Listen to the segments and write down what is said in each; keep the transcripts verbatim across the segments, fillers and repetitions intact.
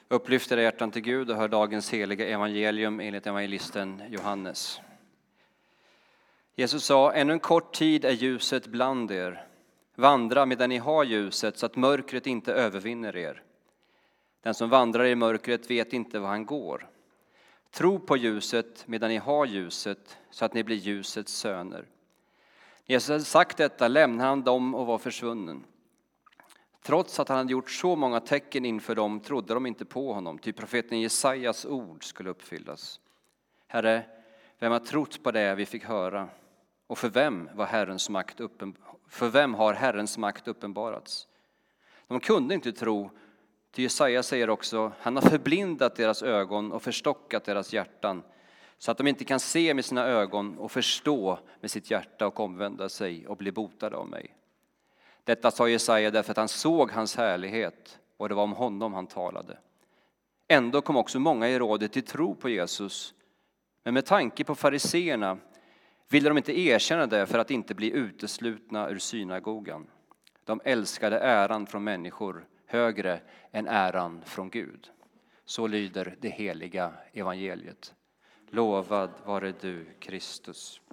Upplyft era hjärtan till Gud och hör dagens heliga evangelium enligt evangelisten Johannes. Jesus sa, ännu en kort tid är ljuset bland er. Vandra medan ni har ljuset så att mörkret inte övervinner er. Den som vandrar i mörkret vet inte var han går. Tro på ljuset medan ni har ljuset så att ni blir ljusets söner. När Jesus hade sagt detta lämnade han dem och var försvunnen. Trots att han hade gjort så många tecken inför dem trodde de inte på honom, ty profeten Jesajas ord skulle uppfyllas. Herre, vem har trott på det vi fick höra? Och för vem, var Herrens makt uppen... för vem har Herrens makt uppenbarats? De kunde inte tro, ty Jesaja säger också, han har förblindat deras ögon och förstockat deras hjärtan, så att de inte kan se med sina ögon och förstå med sitt hjärta och omvända sig och bli botade av mig. Detta sa Jesaja därför att han såg hans härlighet och det var om honom han talade. Ändå kom också många i rådet till tro på Jesus. Men med tanke på fariseerna ville de inte erkänna det för att inte bli uteslutna ur synagogan. De älskade äran från människor högre än äran från Gud. Så lyder det heliga evangeliet. Lovad vare du, Kristus.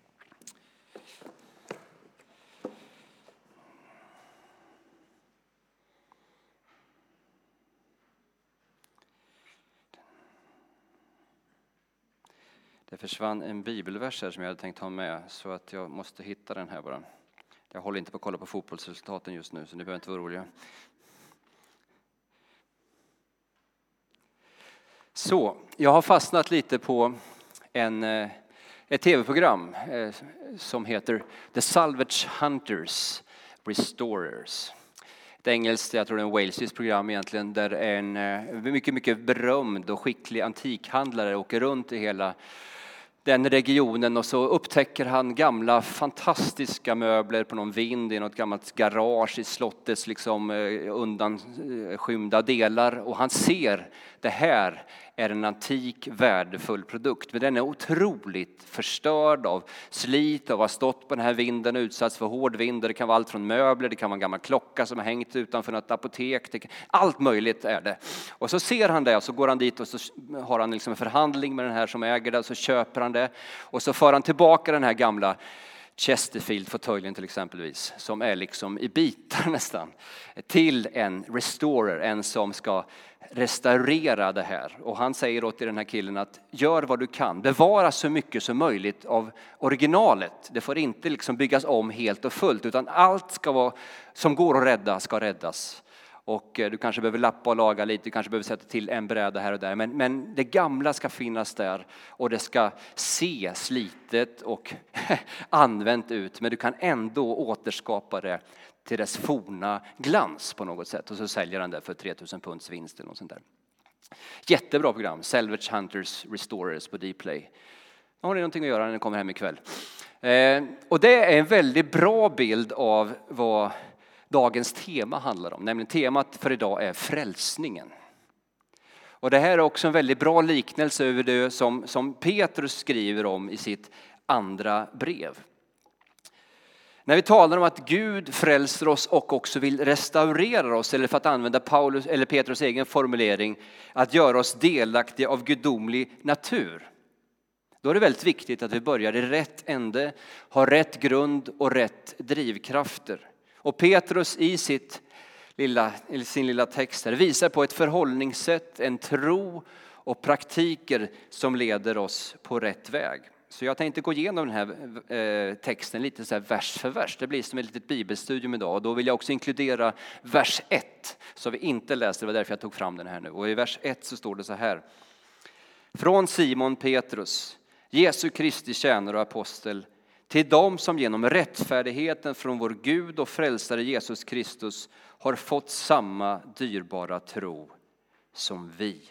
Det försvann en bibelvers här som jag hade tänkt ha med, så att jag måste hitta den här bara. Jag håller inte på att kolla på fotbollsresultaten just nu, så ni behöver inte vara oroliga. Så, jag har fastnat lite på en, ett tv-program som heter The Salvage Hunters Restorers. Ett engelskt, jag tror det är en walesiskt program egentligen, där en mycket, mycket berömd och skicklig antikhandlare åker runt i hela den regionen och så upptäcker han gamla fantastiska möbler på någon vind i något gammalt garage i slottets liksom undanskymda delar, och han ser det här är en antik värdefull produkt, men den är otroligt förstörd av slit och har stått på den här vinden och utsatts för hård vind. Det kan vara allt från möbler, det kan vara en gammal klocka som har hängt utanför något apotek, det kan, allt möjligt är det. Och så ser han det och så går han dit och så har han liksom en förhandling med den här som äger det, och så köper han det och så för han tillbaka den här gamla Chesterfield-fåtöljen till exempelvis, som är liksom i bitar nästan, till en restorer, en som ska restaurera det här. Och han säger åt den här killen att gör vad du kan, bevara så mycket som möjligt av originalet. Det får inte liksom byggas om helt och fullt, utan allt ska vara som går att rädda ska räddas. Och du kanske behöver lappa och laga lite, du kanske behöver sätta till en bräda här och där. Men, men det gamla ska finnas där och det ska se slitet och använt ut. Men du kan ändå återskapa det till dess forna glans på något sätt. Och så säljer han det för tre tusen punds vinst eller något sånt där. Jättebra program, Salvage Hunters Restorers på Dplay. Nu har ni någonting att göra när ni kommer hem ikväll. Eh, och det är en väldigt bra bild av vad dagens tema handlar om. Nämligen temat för idag är frälsningen. Och det här är också en väldigt bra liknelse över det som, som Petrus skriver om i sitt andra brev. När vi talar om att Gud frälser oss och också vill restaurera oss, eller för att använda Paulus eller Petrus egen formulering, att göra oss delaktiga av gudomlig natur. Då är det väldigt viktigt att vi börjar i rätt ände, har rätt grund och rätt drivkrafter. Och Petrus i sitt lilla, eller sin lilla text här visar på ett förhållningssätt, en tro och praktiker som leder oss på rätt väg. Så jag tänkte gå igenom den här eh, texten lite så här vers för vers. Det blir som ett litet bibelstudium idag. Och då vill jag också inkludera vers ett. Så vi inte läste, det var därför jag tog fram den här nu. Och i vers ett så står det så här. Från Simon Petrus, Jesu Kristi tjänare och apostel, till dem som genom rättfärdigheten från vår Gud och frälsare Jesus Kristus har fått samma dyrbara tro som vi.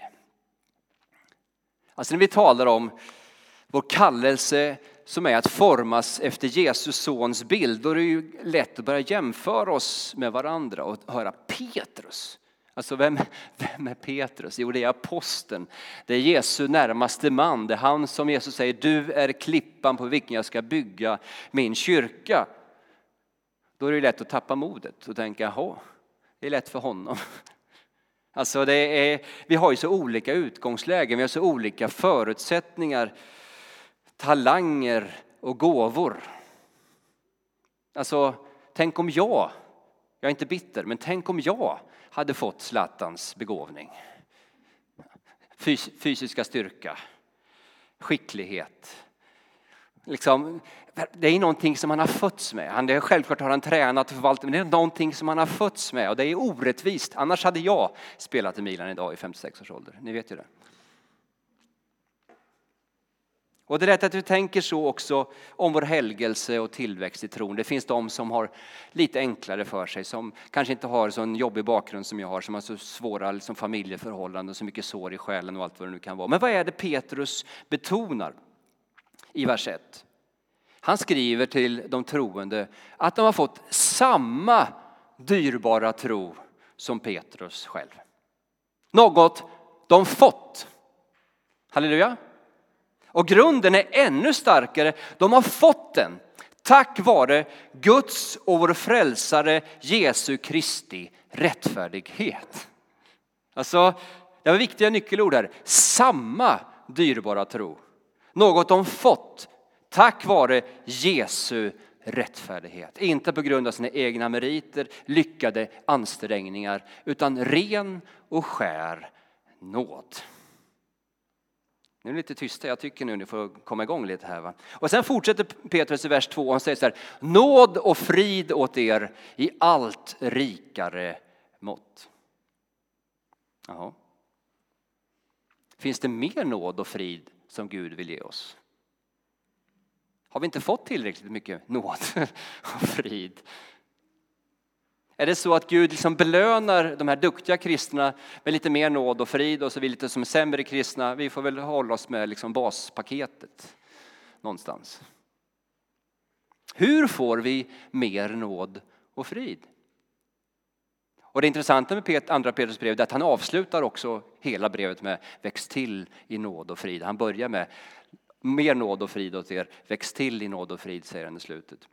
Alltså när vi talar om vår kallelse som är att formas efter Jesus sons bild, då är det ju lätt att börja jämföra oss med varandra och höra Petrus. Alltså vem, vem är Petrus? Jo, det är aposteln. Det är Jesu närmaste man. Det är han som Jesus säger, du är klippan på vilken jag ska bygga min kyrka. Då är det lätt att tappa modet och tänka, jaha, det är lätt för honom. Alltså det är, vi har ju så olika utgångslägen, vi har så olika förutsättningar, talanger och gåvor. Alltså tänk om jag, jag är inte bitter, men tänk om jag hade fått Zlatans begåvning. Fys- fysiska styrka, skicklighet. Liksom, det är någonting som han har fötts med. Han, det, självklart har han tränat och förvaltat, men det är någonting som han har fötts med. Och det är orättvist. Annars hade jag spelat i Milan idag i femtiosex års ålder. Ni vet ju det. Och det är rätt att vi tänker så också om vår helgelse och tillväxt i tron. Det finns de som har lite enklare för sig, som kanske inte har så en jobbig bakgrund som jag har, som har så svåra liksom, familjeförhållanden, så mycket sår i själen och allt vad det nu kan vara. Men vad är det Petrus betonar i vers ett? Han skriver till de troende att de har fått samma dyrbara tro som Petrus själv. Något de fått. Halleluja. Och grunden är ännu starkare. De har fått den tack vare Guds och vår frälsare Jesu Kristi rättfärdighet. Alltså, det var viktiga nyckelord här. Samma dyrbara tro. Något de fått tack vare Jesu rättfärdighet. Inte på grund av sina egna meriter, lyckade ansträngningar, utan ren och skär nåd. Nu är det lite tysta, jag tycker nu ni får komma igång lite här. Va? Och sen fortsätter Petrus i vers två och han säger så här: nåd och frid åt er i allt rikare mått. Jaha. Finns det mer nåd och frid som Gud vill ge oss? Har vi inte fått tillräckligt mycket nåd och frid? Är det så att Gud liksom belönar de här duktiga kristna med lite mer nåd och frid, och så vi lite som sämre kristna, vi får väl hålla oss med liksom baspaketet någonstans. Hur får vi mer nåd och frid? Och det intressanta med Pet, andra Petrus brev är att han avslutar också hela brevet med väx till i nåd och frid. Han börjar med mer nåd och frid åt er, väx till i nåd och frid, säger han i slutet.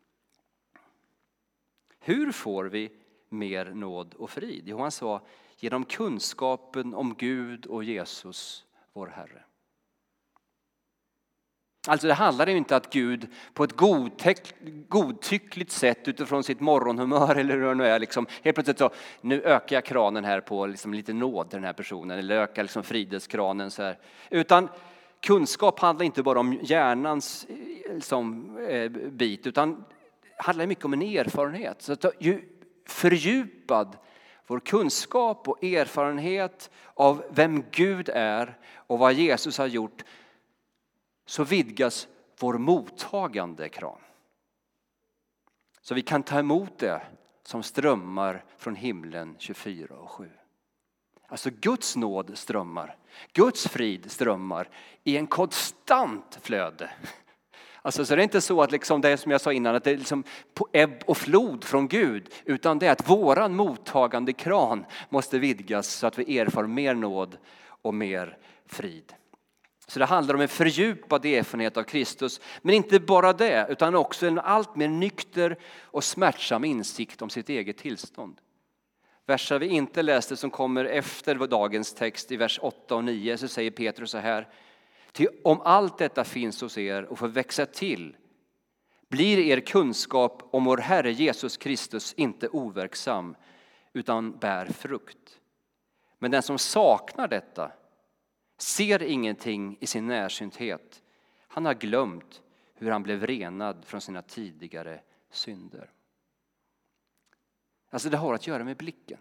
Hur får vi mer nåd och frid? Jo, han sa genom kunskapen om Gud och Jesus, vår Herre. Alltså det handlar ju inte att Gud på ett godtyckligt sätt utifrån sitt morgonhumör eller hur det nu är, liksom, helt plötsligt så, nu ökar jag kranen här på liksom lite nåd till den här personen, eller ökar liksom frideskranen så här. Utan kunskap handlar inte bara om hjärnans liksom, eh, bit, utan handlar mycket om en erfarenhet. Så att ju fördjupad vår kunskap och erfarenhet av vem Gud är och vad Jesus har gjort, så vidgas vår mottagande kran. Så vi kan ta emot det som strömmar från himlen tjugofyra och sju. Alltså Guds nåd strömmar, Guds frid strömmar i en konstant flöde. Alltså så det är inte så att liksom det är som jag sa innan, att det är liksom på ebb och flod från Gud, utan det är att våran mottagande kran måste vidgas så att vi erfar mer nåd och mer frid. Så det handlar om en fördjupad erfarenhet av Kristus, men inte bara det, utan också en allt mer nykter och smärtsam insikt om sitt eget tillstånd. Verser vi inte läste som kommer efter dagens text i vers åtta och nio, så säger Petrus så här: ty om allt detta finns hos er och får växa till, blir er kunskap om vår Herre Jesus Kristus inte overksam, utan bär frukt. Men den som saknar detta ser ingenting i sin närsynthet. Han har glömt hur han blev renad från sina tidigare synder. Alltså det har att göra med blicken.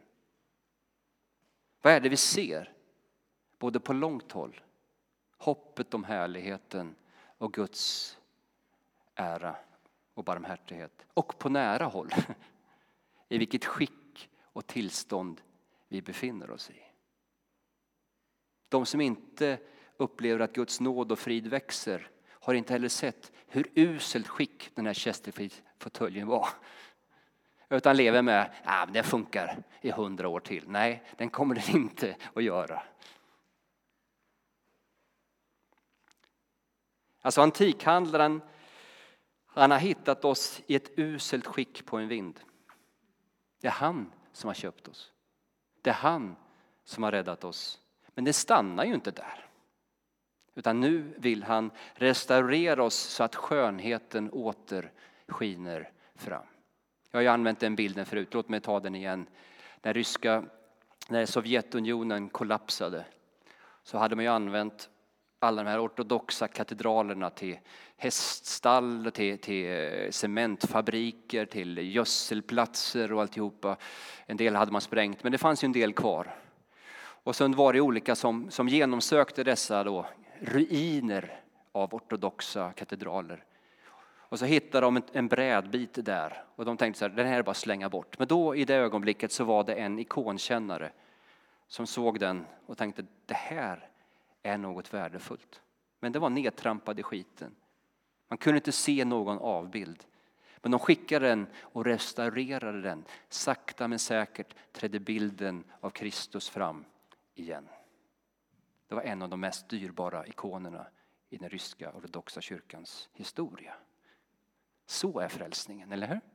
Vad är det vi ser? Både på långt håll, hoppet om härligheten och Guds ära och barmhärtighet. Och på nära håll, i vilket skick och tillstånd vi befinner oss i. De som inte upplever att Guds nåd och frid växer har inte heller sett hur uselt skick den här Chesterfield-fåtöljen var. Utan lever med, ah, det funkar i hundra år till. Nej, den kommer det inte att göra. Alltså antikhandlaren, han har hittat oss i ett uselt skick på en vind. Det är han som har köpt oss. Det är han som har räddat oss. Men det stannar ju inte där. Utan nu vill han restaurera oss så att skönheten åter skiner fram. Jag har ju använt den bilden förut, låt mig ta den igen. När ryska, när Sovjetunionen kollapsade så hade man ju använt alla de här ortodoxa katedralerna till häststall, till, till cementfabriker, till gödselplatser och alltihopa. En del hade man sprängt, men det fanns ju en del kvar. Och sen var det olika som, som genomsökte dessa då, ruiner av ortodoxa katedraler. Och så hittade de en, en brädbit där. Och de tänkte så här, den här är bara att slänga bort. Men då i det ögonblicket så var det en ikonkännare som såg den och tänkte, det här är något värdefullt. Men det var nedtrampad i skiten. Man kunde inte se någon avbild. Men de skickade den och restaurerade den. Sakta men säkert trädde bilden av Kristus fram igen. Det var en av de mest dyrbara ikonerna i den ryska ortodoxa kyrkans historia. Så är frälsningen, eller hur?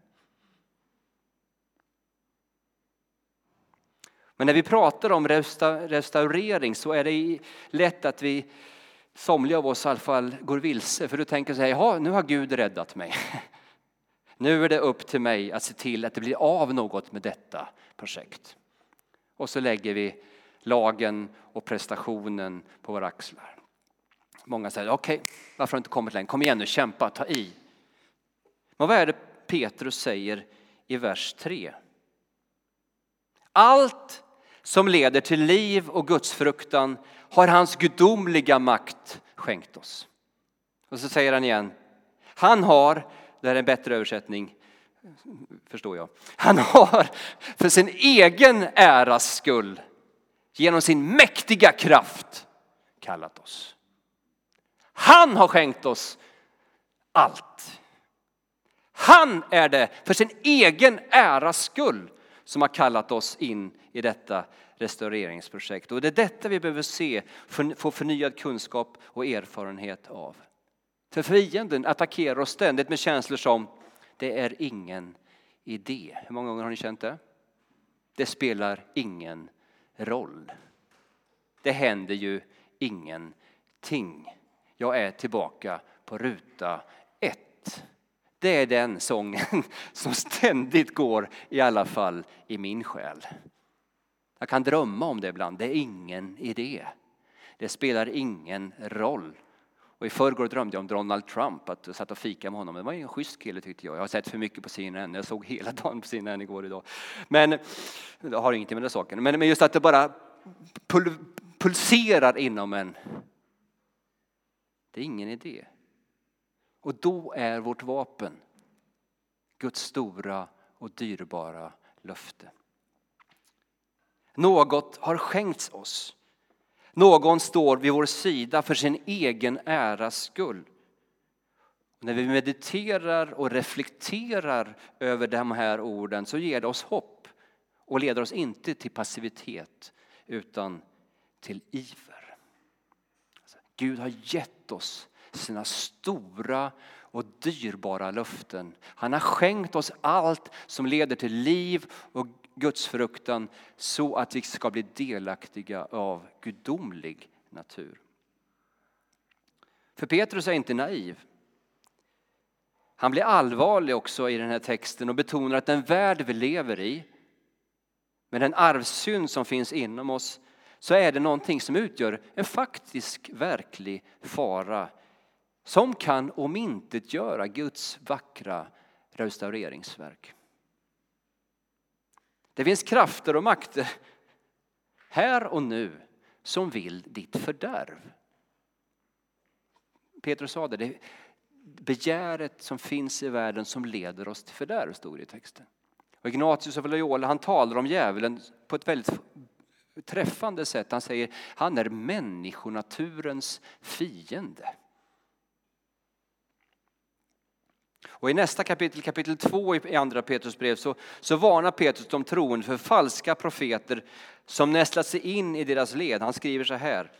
Men när vi pratar om resta- restaurering så är det lätt att vi, somliga av oss i alla fall, går vilse. För du tänker så här, ja, nu har Gud räddat mig. Nu är det upp till mig att se till att det blir av något med detta projekt. Och så lägger vi lagen och prestationen på våra axlar. Många säger, okej, okay, varför har du inte kommit längre? Kom igen nu, kämpa, ta i. Men vad är det Petrus säger i vers tre? Allt som leder till liv och gudsfruktan har hans gudomliga makt skänkt oss. Och så säger han igen, han har, det här är en bättre översättning, förstår jag. Han har för sin egen äras skull genom sin mäktiga kraft kallat oss. Han har skänkt oss allt. Han är det för sin egen äras skull som har kallat oss in i detta restaureringsprojekt. Och det är detta vi behöver se, för, få förnyad kunskap och erfarenhet av. För fienden attackerar oss ständigt med känslor som, det är ingen idé. Hur många gånger har ni känt det? Det spelar ingen roll. Det händer ju ingenting. Jag är tillbaka på ruta ett. Det är den sången som ständigt går, i alla fall i min själ. Jag kan drömma om det ibland. Det är ingen idé. Det spelar ingen roll. Och i förrgår drömde jag om Donald Trump. Att jag satt och fika med honom. Det var en schysst kille tyckte jag. Jag har sett för mycket på C N N. Jag såg hela dagen på C N N igår idag. Men det har ingenting med den saken. Men, men just att det bara pul, pulserar inom en. Det är ingen idé. Och då är vårt vapen Guds stora och dyrbara löfte. Något har skänkts oss. Någon står vid vår sida för sin egen äras skull. Och när vi mediterar och reflekterar över de här orden så ger det oss hopp och leder oss inte till passivitet utan till iver. Alltså, Gud har gett oss sina stora och dyrbara löften. Han har skänkt oss allt som leder till liv och gudsfruktan så att vi ska bli delaktiga av gudomlig natur. För Petrus är inte naiv. Han blir allvarlig också i den här texten och betonar att den värld vi lever i, med den arvsynd som finns inom oss, så är det någonting som utgör en faktisk, verklig fara som kan omintetgöra Guds vackra restaureringsverk. Det finns krafter och makter här och nu som vill ditt fördärv. Petrus sa det, det är begäret som finns i världen som leder oss till fördärv, stod det i texten. Och Ignatius av Loyola, han talar om djävulen på ett väldigt träffande sätt. Han säger, han är människonaturens fiende. Och i nästa kapitel, kapitel två i andra Petrus brev, så, så varnar Petrus de troende för falska profeter som nästlat sig in i deras led. Han skriver så här.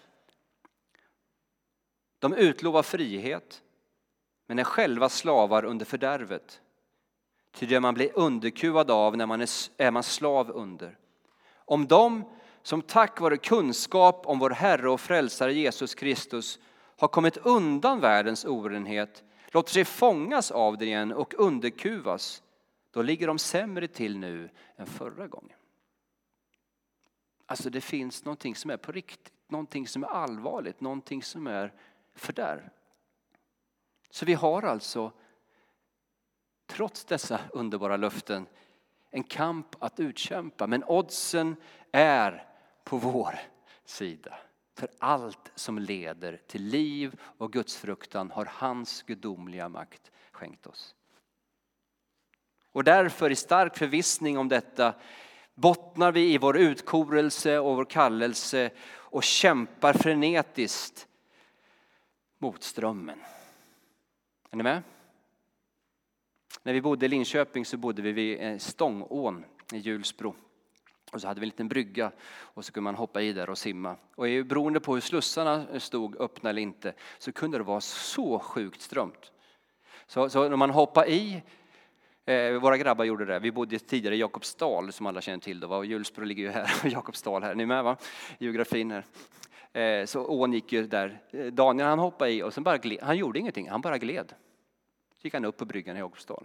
De utlovar frihet, men är själva slavar under fördärvet. Ty det man blir underkuvad av när man är, är man slav under. Om de som tack vare kunskap om vår Herre och frälsare Jesus Kristus har kommit undan världens orenhet, låter sig fångas av det igen och underkuvas, då ligger de sämre till nu än förra gången. Alltså det finns någonting som är på riktigt, någonting som är allvarligt, någonting som är fördärv. Så vi har alltså, trots dessa underbara löften, en kamp att utkämpa. Men oddsen är på vår sida. För allt som leder till liv och gudsfruktan har hans gudomliga makt skänkt oss. Och därför i stark förvissning om detta bottnar vi i vår utkorelse och vår kallelse och kämpar frenetiskt mot strömmen. Är ni med? När vi bodde i Linköping så bodde vi vid Stångån i Hjulsbro. Och så hade vi en liten brygga och så kunde man hoppa i där och simma. Och beroende på hur slussarna stod öppna eller inte så kunde det vara så sjukt strömt. Så, så när man hoppade i, eh, våra grabbar gjorde det. Vi bodde tidigare i Jakobsdal som alla känner till då. Och Hjulsbro ligger ju här och Jakobsdal här. Ni är med va? Geografin här. Eh, så ån gick ju där. Daniel han hoppade i och sen bara gled. Han gjorde ingenting, han bara gled. Så gick han upp på bryggan i Jakobsdal.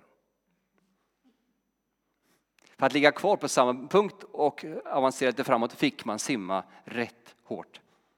För att ligga kvar på samma punkt och avancera lite framåt fick man simma rätt hårt.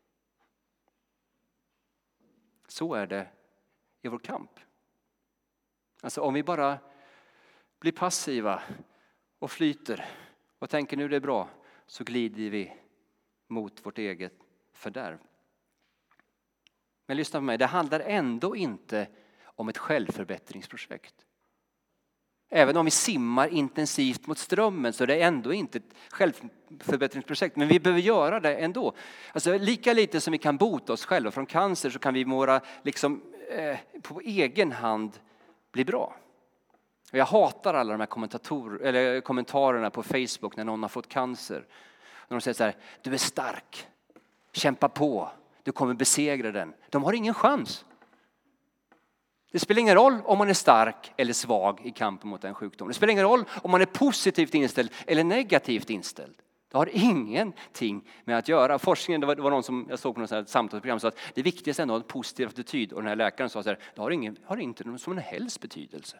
Så är det i vår kamp. Alltså om vi bara blir passiva och flyter och tänker nu det är bra, så glider vi mot vårt eget fördärv. Men lyssna på mig, det handlar ändå inte om ett självförbättringsprojekt. Även om vi simmar intensivt mot strömmen så är det ändå inte ett självförbättringsprojekt. Men vi behöver göra det ändå. Alltså, lika lite som vi kan bota oss själva från cancer så kan vi vara liksom, eh, på egen hand bli bra. Och jag hatar alla de här kommentator, eller kommentarerna på Facebook när någon har fått cancer. När de säger så här, du är stark, kämpa på, du kommer besegra den. De har ingen chans. Det spelar ingen roll om man är stark eller svag i kampen mot en sjukdom. Det spelar ingen roll om man är positivt inställd eller negativt inställd. Det har ingenting med att göra. Forskningen, det var, det var någon som jag såg på något sånt här samtalsprogram som sa att det viktigaste är att ha en positiv attityd. Och den här läkaren sa så här, det har, ingen, har inte någon som en helst betydelse.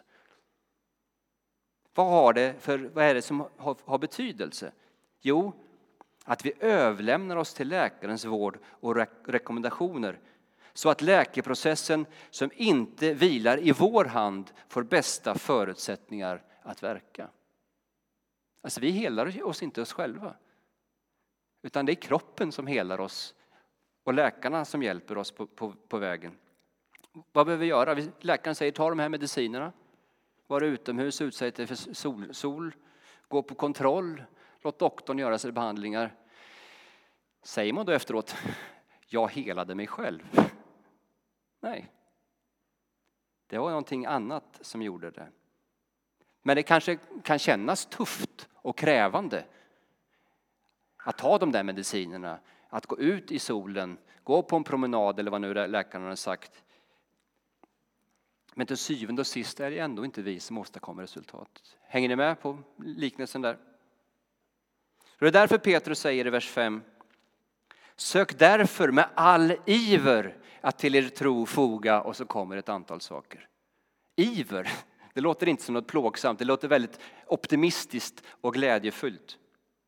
Vad, har det för, vad är det som har, har betydelse? Jo, att vi överlämnar oss till läkarens vård och re- rekommendationer. Så att läkeprocessen som inte vilar i vår hand får bästa förutsättningar att verka. Alltså vi helar oss inte oss själva. Utan det är kroppen som helar oss. Och läkarna som hjälper oss på, på, på vägen. Vad behöver vi göra? Läkaren säger ta de här medicinerna. Var utomhus, utsätt dig för sol, sol. Gå på kontroll. Låt doktorn göra sina behandlingar. Säger man då efteråt, jag helade mig själv. Nej. Det var någonting annat som gjorde det. Men det kanske kan kännas tufft och krävande att ta de där medicinerna, att gå ut i solen, gå på en promenad eller vad nu läkaren har sagt. Men till syvende och sist är det ändå inte vi som åstadkommer resultat. Hänger ni med på liknelsen där? Det är därför Petrus säger i vers fem. Sök därför med all iver att till er tro foga, och så kommer ett antal saker. Iver, det låter inte som något plågsamt. Det låter väldigt optimistiskt och glädjefullt.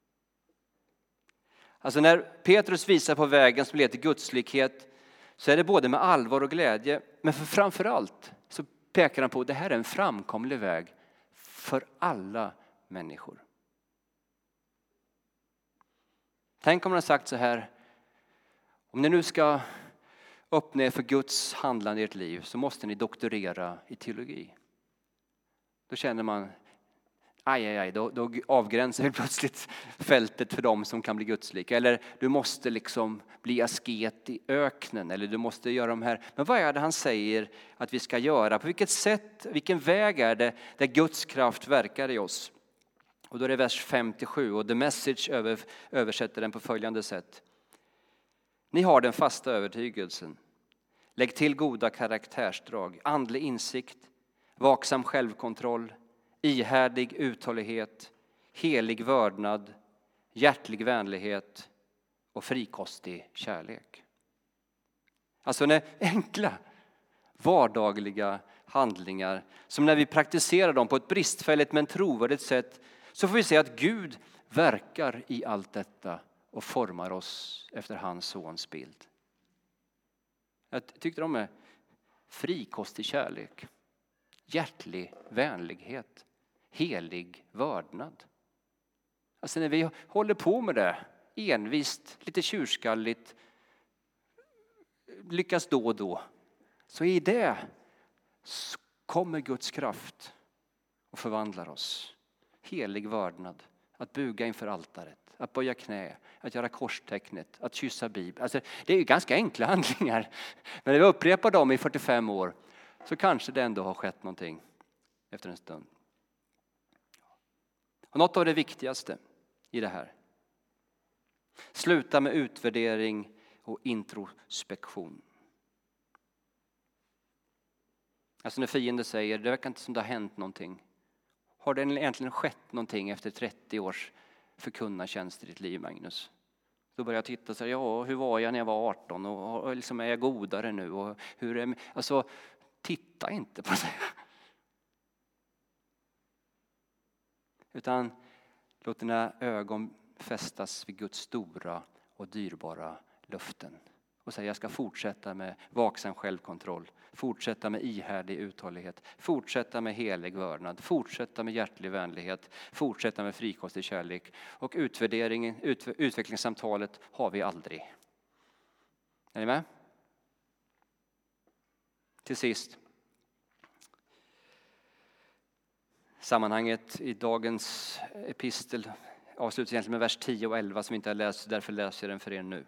Alltså när Petrus visar på vägen som leder till gudslikhet så är det både med allvar och glädje. Men för framförallt så pekar han på att det här är en framkomlig väg för alla människor. Tänk om man har sagt så här. Om ni nu ska öppna er för Guds handlande i ert liv så måste ni doktorera i teologi. Då känner man, aj, aj, aj, då, då avgränsar vi plötsligt fältet för dem som kan bli gudslika. Eller du måste liksom bli asket i öknen. Eller du måste göra de här. Men vad är det han säger att vi ska göra? På vilket sätt, vilken väg är det där Guds kraft verkar i oss? Och då är det vers fem till sju och The Message över, översätter den på följande sätt. Ni har den fasta övertygelsen. Lägg till goda karaktärsdrag, andlig insikt, vaksam självkontroll, ihärdig uthållighet, helig vördnad, hjärtlig vänlighet, och frikostig kärlek. Alltså när enkla, vardagliga handlingar som när vi praktiserar dem på ett bristfälligt men trovärdigt sätt, så får vi se att Gud verkar i allt detta och formar oss efter hans sons bild. Jag tyckte de är frikostig kärlek, hjärtlig vänlighet, helig vördnad. Alltså när vi håller på med det envist, lite tjurskalligt, lyckas då och då, så i det kommer Guds kraft och förvandlar oss. Helig vördnad, att buga inför altaret, att böja knä, att göra korstecknet, att kyssa Bibeln. Alltså, det är ju ganska enkla handlingar. Men när vi upprepar dem i fyrtiofem år så kanske det ändå har skett någonting efter en stund. Och något av det viktigaste i det här: sluta med utvärdering och introspektion. Alltså när fienden säger, det verkar inte som det har hänt någonting. Har det egentligen skett någonting efter trettio års förkunnartjänst i ditt liv, Magnus? Då börjar jag titta och säga, ja, hur var jag när jag var arton? Och, och liksom, är jag godare nu? Och hur är, alltså, titta inte på det. Utan låt dina ögon fästas vid Guds stora och dyrbara löften. Och säga, jag ska fortsätta med vaksam självkontroll. Fortsätta med ihärdig uthållighet. Fortsätta med helig vördnad. Fortsätta med hjärtlig vänlighet. Fortsätta med frikostig kärlek. Och utvärderingen, ut, utvecklingssamtalet har vi aldrig. Är ni med? Till sist. Sammanhanget i dagens epistel avslutas egentligen med vers tio och elva som vi inte har läst. Därför läser jag den för er nu.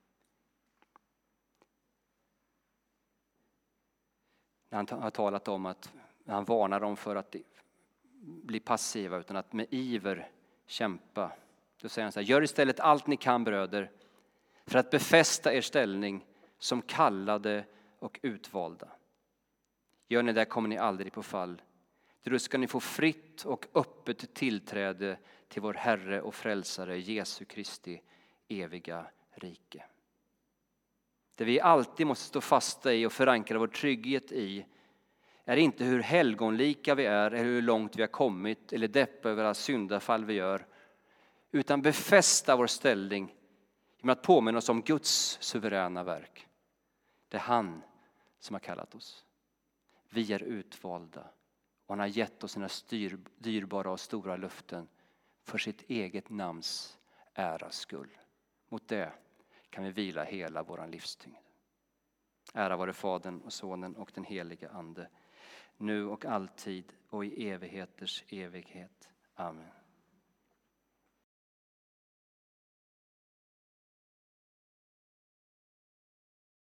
Han har talat om att han varnar dem för att bli passiva utan att med iver kämpa. Då säger han så här: gör istället allt ni kan, bröder, för att befästa er ställning som kallade och utvalda. Gör ni det kommer ni aldrig på fall. Då ska ni få fritt och öppet tillträde till vår Herre och Frälsare Jesu Kristi eviga rike. Det vi alltid måste stå fasta i och förankra vår trygghet i är inte hur helgonlika vi är eller hur långt vi har kommit eller deppa över alla syndafall vi gör, utan befästa vår ställning genom att påminna oss om Guds suveräna verk. Det är han som har kallat oss. Vi är utvalda och han har gett oss sina styr, dyrbara och stora löften för sitt eget namns äras skull. Mot det kan vi vila hela vår livstyngd. Ära vare Fadern och Sonen och den helige Ande, nu och alltid och i evigheters evighet. Amen.